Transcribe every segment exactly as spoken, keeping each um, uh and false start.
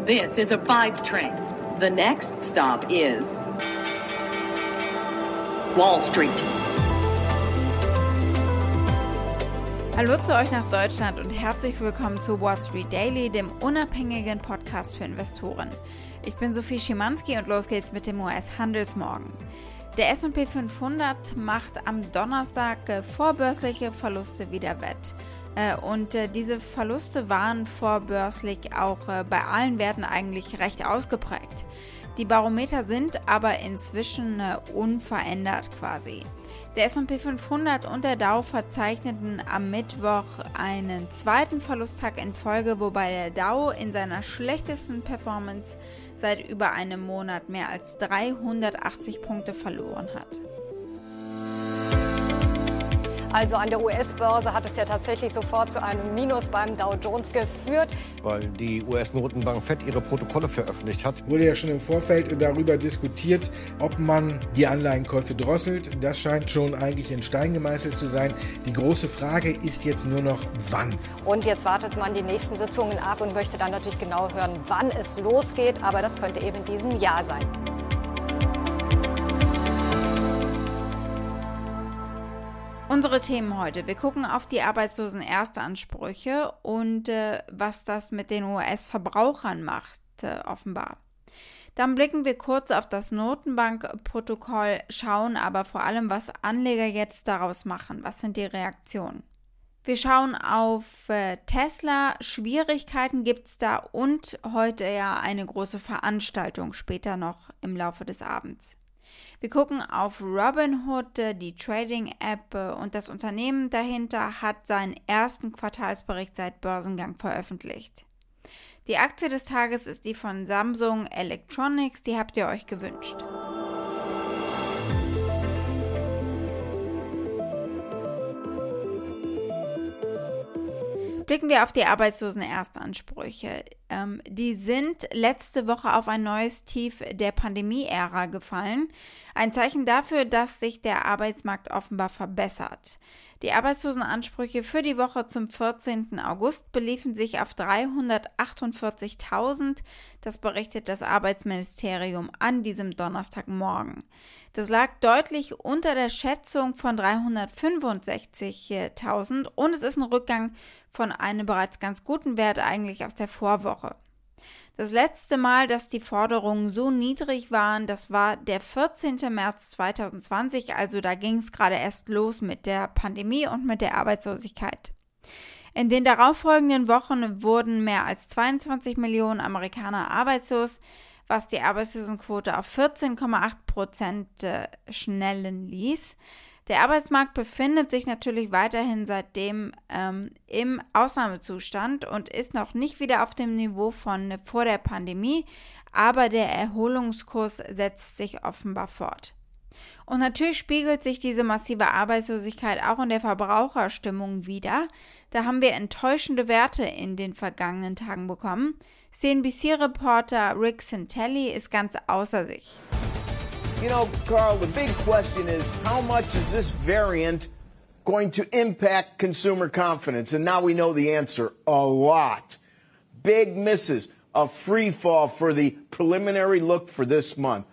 This is a five train. The next stop is Wall Street. Hallo zu euch nach Deutschland und herzlich willkommen zu Wall Street Daily, dem unabhängigen Podcast für Investoren. Ich bin Sophie Schimanski und los geht's mit dem U S-Handelsmorgen. Der S und P fünfhundert macht am Donnerstag vorbörsliche Verluste wieder wett. Und diese Verluste waren vorbörslich auch bei allen Werten eigentlich recht ausgeprägt. Die Barometer sind aber inzwischen unverändert quasi. Der S und P fünfhundert und der Dow verzeichneten am Mittwoch einen zweiten Verlusttag in Folge, wobei der Dow in seiner schlechtesten Performance seit über einem Monat mehr als dreihundertachtzig Punkte verloren hat. Also an der U S-Börse hat es ja tatsächlich sofort zu einem Minus beim Dow Jones geführt. Weil die U S-Notenbank Fed ihre Protokolle veröffentlicht hat. Wurde ja schon im Vorfeld darüber diskutiert, ob man die Anleihenkäufe drosselt. Das scheint schon eigentlich in Stein gemeißelt zu sein. Die große Frage ist jetzt nur noch, wann. Und jetzt wartet man die nächsten Sitzungen ab und möchte dann natürlich genau hören, wann es losgeht. Aber das könnte eben in diesem Jahr sein. Unsere Themen heute. Wir gucken auf die Arbeitslosen-Erstansprüche und äh, was das mit den U S-Verbrauchern macht, äh, offenbar. Dann blicken wir kurz auf das Notenbankprotokoll, schauen aber vor allem, was Anleger jetzt daraus machen. Was sind die Reaktionen? Wir schauen auf äh, Tesla. Schwierigkeiten gibt es da und heute ja eine große Veranstaltung später noch im Laufe des Abends. Wir gucken auf Robinhood, die Trading-App, und das Unternehmen dahinter hat seinen ersten Quartalsbericht seit Börsengang veröffentlicht. Die Aktie des Tages ist die von Samsung Electronics, die habt ihr euch gewünscht. Blicken wir auf die Arbeitslosen-Erstansprüche. Ähm, die sind letzte Woche auf ein neues Tief der Pandemie-Ära gefallen. Ein Zeichen dafür, dass sich der Arbeitsmarkt offenbar verbessert. Die Arbeitslosenansprüche für die Woche zum vierzehnten August beliefen sich auf dreihundertachtundvierzigtausend. Das berichtet das Arbeitsministerium an diesem Donnerstagmorgen. Das lag deutlich unter der Schätzung von dreihundertfünfundsechzigtausend und es ist ein Rückgang von einem bereits ganz guten Wert eigentlich aus der Vorwoche. Das letzte Mal, dass die Forderungen so niedrig waren, das war der vierzehnten März zweitausendzwanzig, also da ging es gerade erst los mit der Pandemie und mit der Arbeitslosigkeit. In den darauffolgenden Wochen wurden mehr als zweiundzwanzig Millionen Amerikaner arbeitslos, was die Arbeitslosenquote auf vierzehn Komma acht Prozent schnellen ließ. Der Arbeitsmarkt befindet sich natürlich weiterhin seitdem ähm, im Ausnahmezustand und ist noch nicht wieder auf dem Niveau von vor der Pandemie, aber der Erholungskurs setzt sich offenbar fort. Und natürlich spiegelt sich diese massive Arbeitslosigkeit auch in der Verbraucherstimmung wider. Da haben wir enttäuschende Werte in den vergangenen Tagen bekommen. C N B C-Reporter Rick Santelli ist ganz außer sich. You know, Carl, the big question is how much is this variant going to impact consumer confidence? And now we know the answer, a lot. Big misses, a free fall for the preliminary look for this month.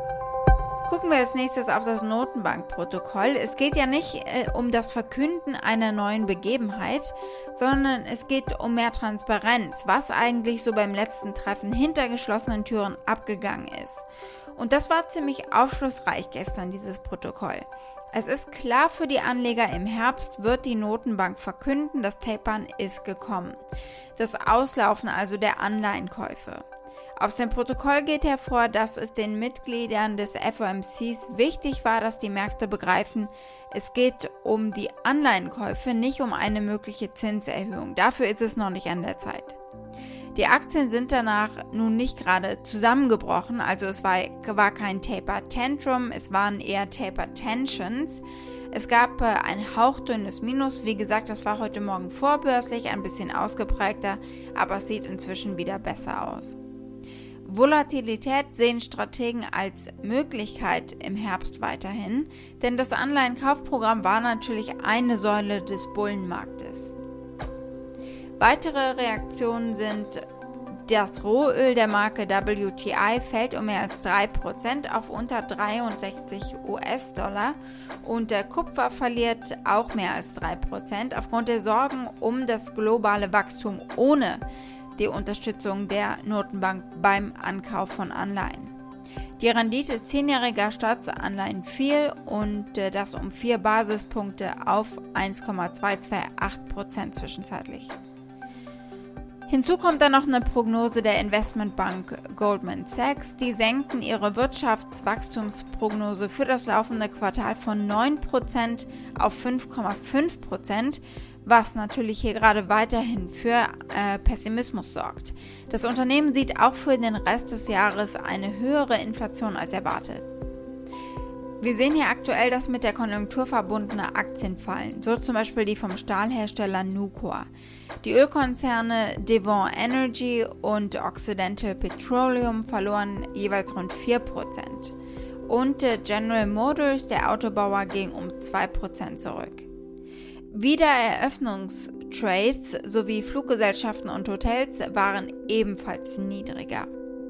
Gucken wir als nächstes auf das Notenbankprotokoll. Es geht ja nicht äh, um das Verkünden einer neuen Begebenheit, sondern es geht um mehr Transparenz, was eigentlich so beim letzten Treffen hinter geschlossenen Türen abgegangen ist. Und das war ziemlich aufschlussreich gestern, dieses Protokoll. Es ist klar für die Anleger, im Herbst wird die Notenbank verkünden, das Tapern ist gekommen. Das Auslaufen also der Anleihenkäufe. Aus dem Protokoll geht hervor, dass es den Mitgliedern des F O M Cs wichtig war, dass die Märkte begreifen, es geht um die Anleihenkäufe, nicht um eine mögliche Zinserhöhung. Dafür ist es noch nicht an der Zeit. Die Aktien sind danach nun nicht gerade zusammengebrochen, also es war, war kein Taper Tantrum, es waren eher Taper Tensions. Es gab äh, ein hauchdünnes Minus, wie gesagt, das war heute Morgen vorbörslich, ein bisschen ausgeprägter, aber es sieht inzwischen wieder besser aus. Volatilität sehen Strategen als Möglichkeit im Herbst weiterhin, denn das Anleihenkaufprogramm war natürlich eine Säule des Bullenmarktes. Weitere Reaktionen sind Das Rohöl der Marke W T I fällt um mehr als drei Prozent auf unter dreiundsechzig US-Dollar und der Kupfer verliert auch mehr als drei Prozent aufgrund der Sorgen um das globale Wachstum ohne die Unterstützung der Notenbank beim Ankauf von Anleihen. Die Rendite zehnjähriger Staatsanleihen fiel und äh, das um vier Basispunkte auf eins Komma zweihundertachtundzwanzig Prozent zwischenzeitlich. Hinzu kommt dann noch eine Prognose der Investmentbank Goldman Sachs. Die senkten ihre Wirtschaftswachstumsprognose für das laufende Quartal von neun Prozent auf fünf Komma fünf Prozent, was natürlich hier gerade weiterhin für äh, Pessimismus sorgt. Das Unternehmen sieht auch für den Rest des Jahres eine höhere Inflation als erwartet. Wir sehen hier aktuell, dass mit der Konjunktur verbundene Aktien fallen, so zum Beispiel die vom Stahlhersteller Nucor. Die Ölkonzerne Devon Energy und Occidental Petroleum verloren jeweils rund vier Prozent. Und General Motors, der Autobauer, ging um zwei Prozent zurück. Wiedereröffnungstrades sowie Fluggesellschaften und Hotels waren ebenfalls niedriger.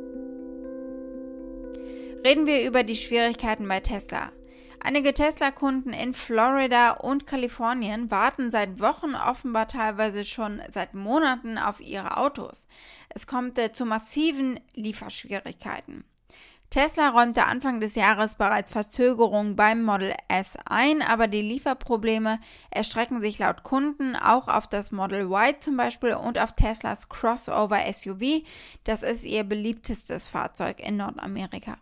Reden wir über die Schwierigkeiten bei Tesla. Einige Tesla-Kunden in Florida und Kalifornien warten seit Wochen, offenbar teilweise schon seit Monaten, auf ihre Autos. Es kommt äh, zu massiven Lieferschwierigkeiten. Tesla räumte Anfang des Jahres bereits Verzögerungen beim Model S ein, aber die Lieferprobleme erstrecken sich laut Kunden auch auf das Model Y zum Beispiel und auf Teslas Crossover S U V. Das ist ihr beliebtestes Fahrzeug in Nordamerika.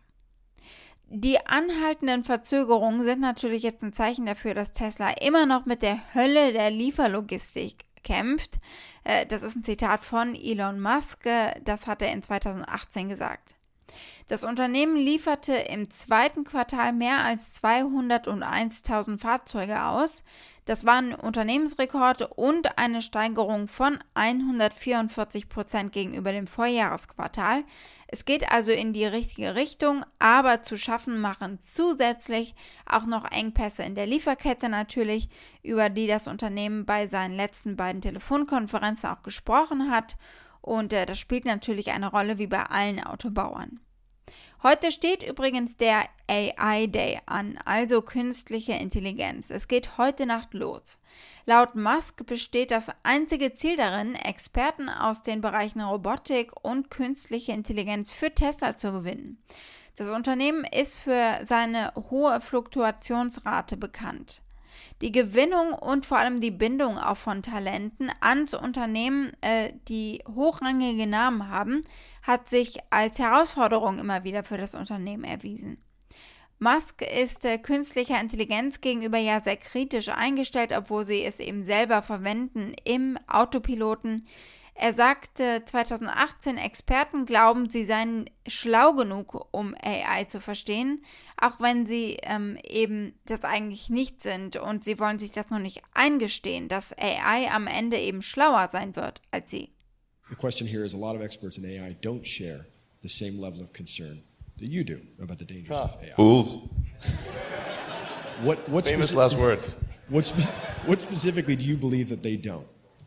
Die anhaltenden Verzögerungen sind natürlich jetzt ein Zeichen dafür, dass Tesla immer noch mit der Hölle der Lieferlogistik kämpft. Das ist ein Zitat von Elon Musk, das hat er in zweitausendachtzehn gesagt. Das Unternehmen lieferte im zweiten Quartal mehr als zweihunderteintausend Fahrzeuge aus. Das war ein Unternehmensrekord und eine Steigerung von hundertvierundvierzig Prozent gegenüber dem Vorjahresquartal. Es geht also in die richtige Richtung, aber zu schaffen machen zusätzlich auch noch Engpässe in der Lieferkette natürlich, über die das Unternehmen bei seinen letzten beiden Telefonkonferenzen auch gesprochen hat. Und äh, das spielt natürlich eine Rolle wie bei allen Autobauern. Heute steht übrigens der A I Day an, also künstliche Intelligenz. Es geht heute Nacht los. Laut Musk besteht das einzige Ziel darin, Experten aus den Bereichen Robotik und künstliche Intelligenz für Tesla zu gewinnen. Das Unternehmen ist für seine hohe Fluktuationsrate bekannt. Die Gewinnung und vor allem die Bindung auch von Talenten ans Unternehmen, äh, die hochrangige Namen haben, hat sich als Herausforderung immer wieder für das Unternehmen erwiesen. Musk ist äh, künstlicher Intelligenz gegenüber ja sehr kritisch eingestellt, obwohl sie es eben selber verwenden im Autopiloten. Er sagte zweitausendachtzehn, Experten glauben, sie seien schlau genug, um A I zu verstehen, auch wenn sie ähm, eben das eigentlich nicht sind und sie wollen sich das noch nicht eingestehen, dass A I am Ende eben schlauer sein wird als sie. The question here is a lot of experts in A I don't share the same level of concern that you do about the dangers of A I. Fools. What, what Famous last words. What, spe- what specifically do you believe that they don't?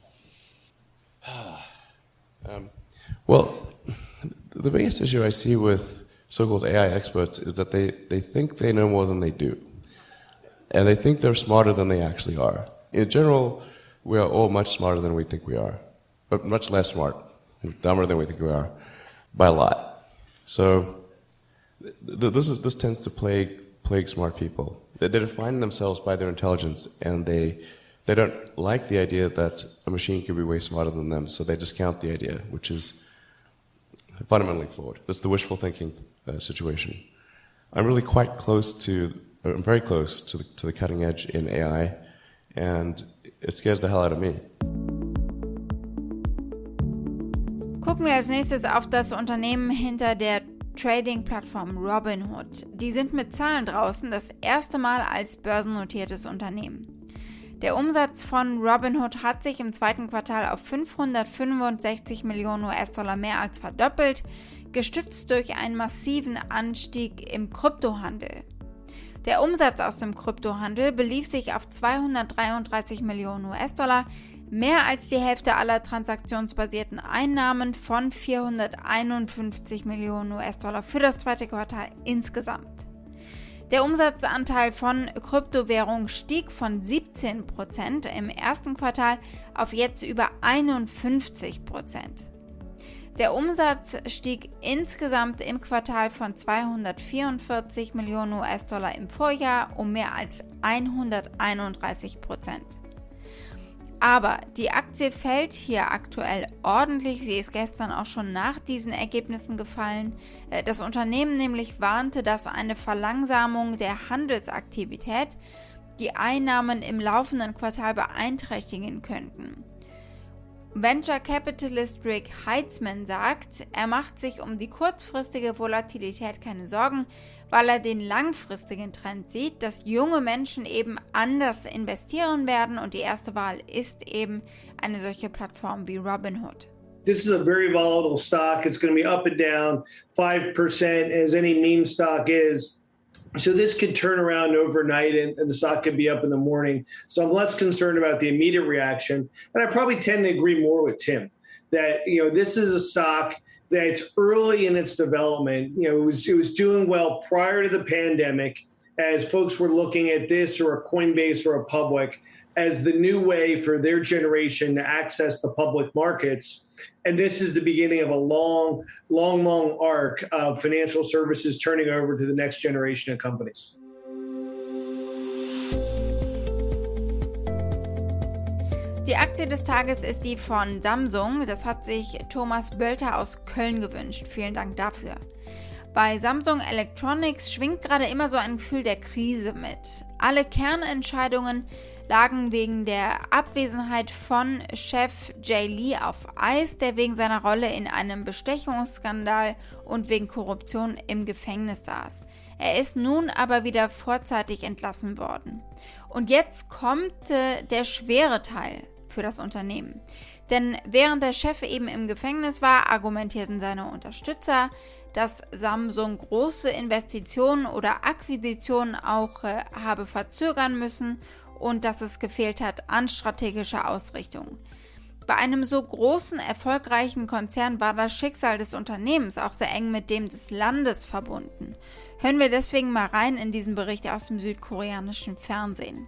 Um, well, the biggest issue I see with so-called A I experts is that they, they think they know more than they do. And they think they're smarter than they actually are. In general, we are all much smarter than we think we are, but much less smart, dumber than we think we are, by a lot. So th- this, is, this tends to plague, plague smart people. They, they define themselves by their intelligence, and they... They don't like the idea that a machine could be way smarter than them, so they discount the idea, which is fundamentally flawed. That's the wishful thinking uh, situation. I'm really quite close to, I'm very close to the, to the cutting edge in A I, and it scares the hell out of me. Gucken wir als nächstes auf das Unternehmen hinter der Trading-Plattform Robinhood. Die sind mit Zahlen draußen, das erste Mal als börsennotiertes Unternehmen. Der Umsatz von Robinhood hat sich im zweiten Quartal auf fünfhundertfünfundsechzig Millionen U S-Dollar mehr als verdoppelt, gestützt durch einen massiven Anstieg im Kryptohandel. Der Umsatz aus dem Kryptohandel belief sich auf zweihundertdreiunddreißig Millionen U S-Dollar, Mehr als die Hälfte aller transaktionsbasierten Einnahmen von vierhunderteinundfünfzig Millionen U S-Dollar für das zweite Quartal insgesamt. Der Umsatzanteil von Kryptowährungen stieg von siebzehn Prozent im ersten Quartal auf jetzt über einundfünfzig Prozent. Der Umsatz stieg insgesamt im Quartal von zweihundertvierundvierzig Millionen U S-Dollar im Vorjahr um mehr als hunderteinunddreißig Prozent. Aber die Aktie fällt hier aktuell ordentlich. Sie ist gestern auch schon nach diesen Ergebnissen gefallen. Das Unternehmen nämlich warnte, dass eine Verlangsamung der Handelsaktivität die Einnahmen im laufenden Quartal beeinträchtigen könnten. Venture Capitalist Rick Heitzman sagt, er macht sich um die kurzfristige Volatilität keine Sorgen, weil er den langfristigen Trend sieht, dass junge Menschen eben anders investieren werden und die erste Wahl ist eben eine solche Plattform wie Robinhood. This is a very volatile stock. It's going to be up and down five percent as any meme stock is. So this could turn around overnight and, and the stock could be up in the morning. So I'm less concerned about the immediate reaction. And I probably tend to agree more with Tim that, you know, this is a stock that's early in its development. You know, it was, it was doing well prior to the pandemic as folks were looking at this or a Coinbase or a Public as the new way for their generation to access the public markets. And this is the beginning of a long, long, long arc of financial services turning over to the next generation of companies. Die Aktie des Tages ist die von Samsung. Das hat sich Thomas Bölter aus Köln gewünscht. Vielen Dank dafür. Bei Samsung Electronics schwingt gerade immer so ein Gefühl der Krise mit. Alle Kernentscheidungen lagen wegen der Abwesenheit von Chef Jay Lee auf Eis, der wegen seiner Rolle in einem Bestechungsskandal und wegen Korruption im Gefängnis saß. Er ist nun aber wieder vorzeitig entlassen worden. Und jetzt kommt äh, der schwere Teil für das Unternehmen. Denn während der Chef eben im Gefängnis war, argumentierten seine Unterstützer, dass Samsung große Investitionen oder Akquisitionen auch äh, habe verzögern müssen und dass es gefehlt hat an strategischer Ausrichtung. Bei einem so großen, erfolgreichen Konzern war das Schicksal des Unternehmens auch sehr eng mit dem des Landes verbunden. Hören wir deswegen mal rein in diesen Bericht aus dem südkoreanischen Fernsehen.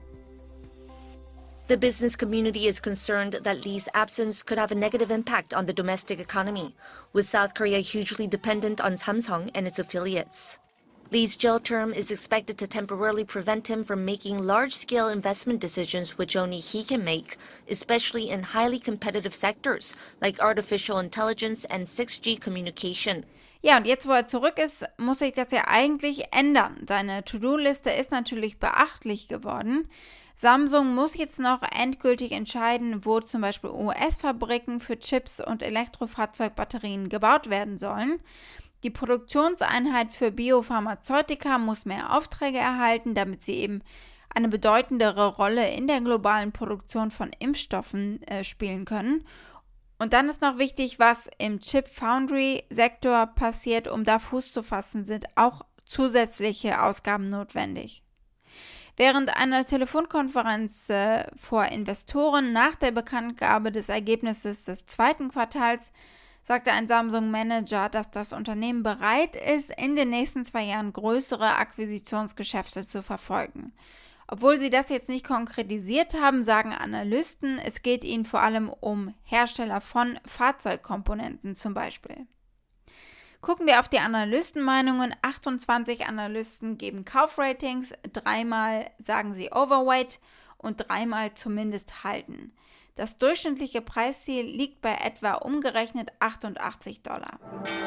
The business community is concerned that Lee's absence could have a negative impact on the domestic economy, with South Korea hugely dependent on Samsung and its affiliates. Lee's jail term is expected to temporarily prevent him from making large-scale investment decisions which only he can make, especially in highly competitive sectors like artificial intelligence and six G communication. Ja, und jetzt, wo er zurück ist, muss sich das ja eigentlich ändern. Seine To-Do-Liste ist natürlich beachtlich geworden. Samsung muss jetzt noch endgültig entscheiden, wo zum Beispiel U S-Fabriken für Chips und Elektrofahrzeugbatterien gebaut werden sollen. Die Produktionseinheit für Biopharmazeutika muss mehr Aufträge erhalten, damit sie eben eine bedeutendere Rolle in der globalen Produktion von Impfstoffen äh, spielen können. Und dann ist noch wichtig, was im Chip-Foundry-Sektor passiert. Um da Fuß zu fassen, sind auch zusätzliche Ausgaben notwendig. Während einer Telefonkonferenz äh, vor Investoren nach der Bekanntgabe des Ergebnisses des zweiten Quartals sagte ein Samsung-Manager, dass das Unternehmen bereit ist, in den nächsten zwei Jahren größere Akquisitionsgeschäfte zu verfolgen. Obwohl sie das jetzt nicht konkretisiert haben, sagen Analysten, es geht ihnen vor allem um Hersteller von Fahrzeugkomponenten zum Beispiel. Gucken wir auf die Analystenmeinungen. achtundzwanzig Analysten geben Kaufratings, dreimal sagen sie Overweight und dreimal zumindest halten. Das durchschnittliche Preisziel liegt bei etwa umgerechnet achtundachtzig Dollar.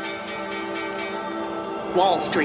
Wall Street.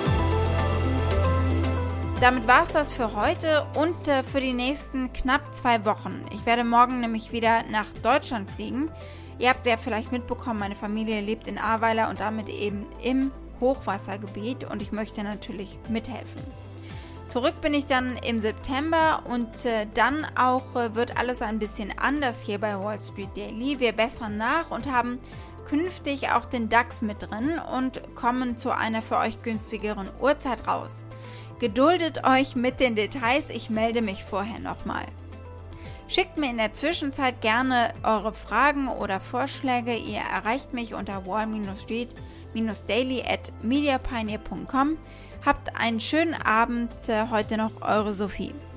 Damit war es das für heute und äh, für die nächsten knapp zwei Wochen. Ich werde morgen nämlich wieder nach Deutschland fliegen. Ihr habt ja vielleicht mitbekommen, meine Familie lebt in Ahrweiler und damit eben im Hochwassergebiet und ich möchte natürlich mithelfen. Zurück bin ich dann im September und äh, dann auch äh, wird alles ein bisschen anders hier bei Wall Street Daily. Wir bessern nach und haben künftig auch den DAX mit drin und kommen zu einer für euch günstigeren Uhrzeit raus. Geduldet euch mit den Details, ich melde mich vorher nochmal. Schickt mir in der Zwischenzeit gerne eure Fragen oder Vorschläge. Ihr erreicht mich unter wall street daily at mediapioneer punkt com. Habt einen schönen Abend. Heute noch, eure Sophie.